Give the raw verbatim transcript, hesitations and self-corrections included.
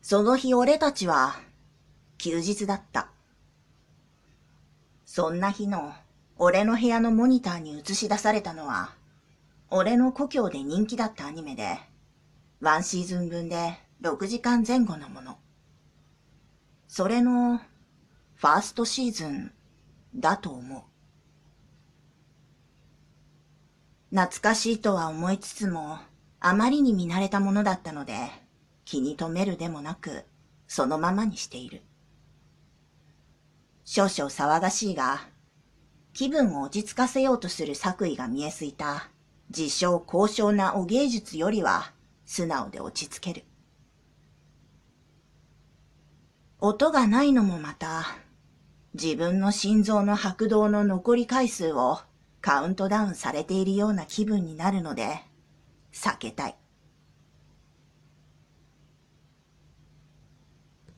その日俺たちは休日だった。そんな日の俺の部屋のモニターに映し出されたのは、俺の故郷で人気だったアニメで、ワンシーズン分でろくじかんぜん後のもの。それのファーストシーズンだと思う。懐かしいとは思いつつも、あまりに見慣れたものだったので、気に留めるでもなく、そのままにしている。少々騒がしいが、気分を落ち着かせようとする作為が見えすいた、自称高尚なお芸術よりは、素直で落ち着ける。音がないのもまた、自分の心臓の拍動の残り回数をカウントダウンされているような気分になるので、避けたい。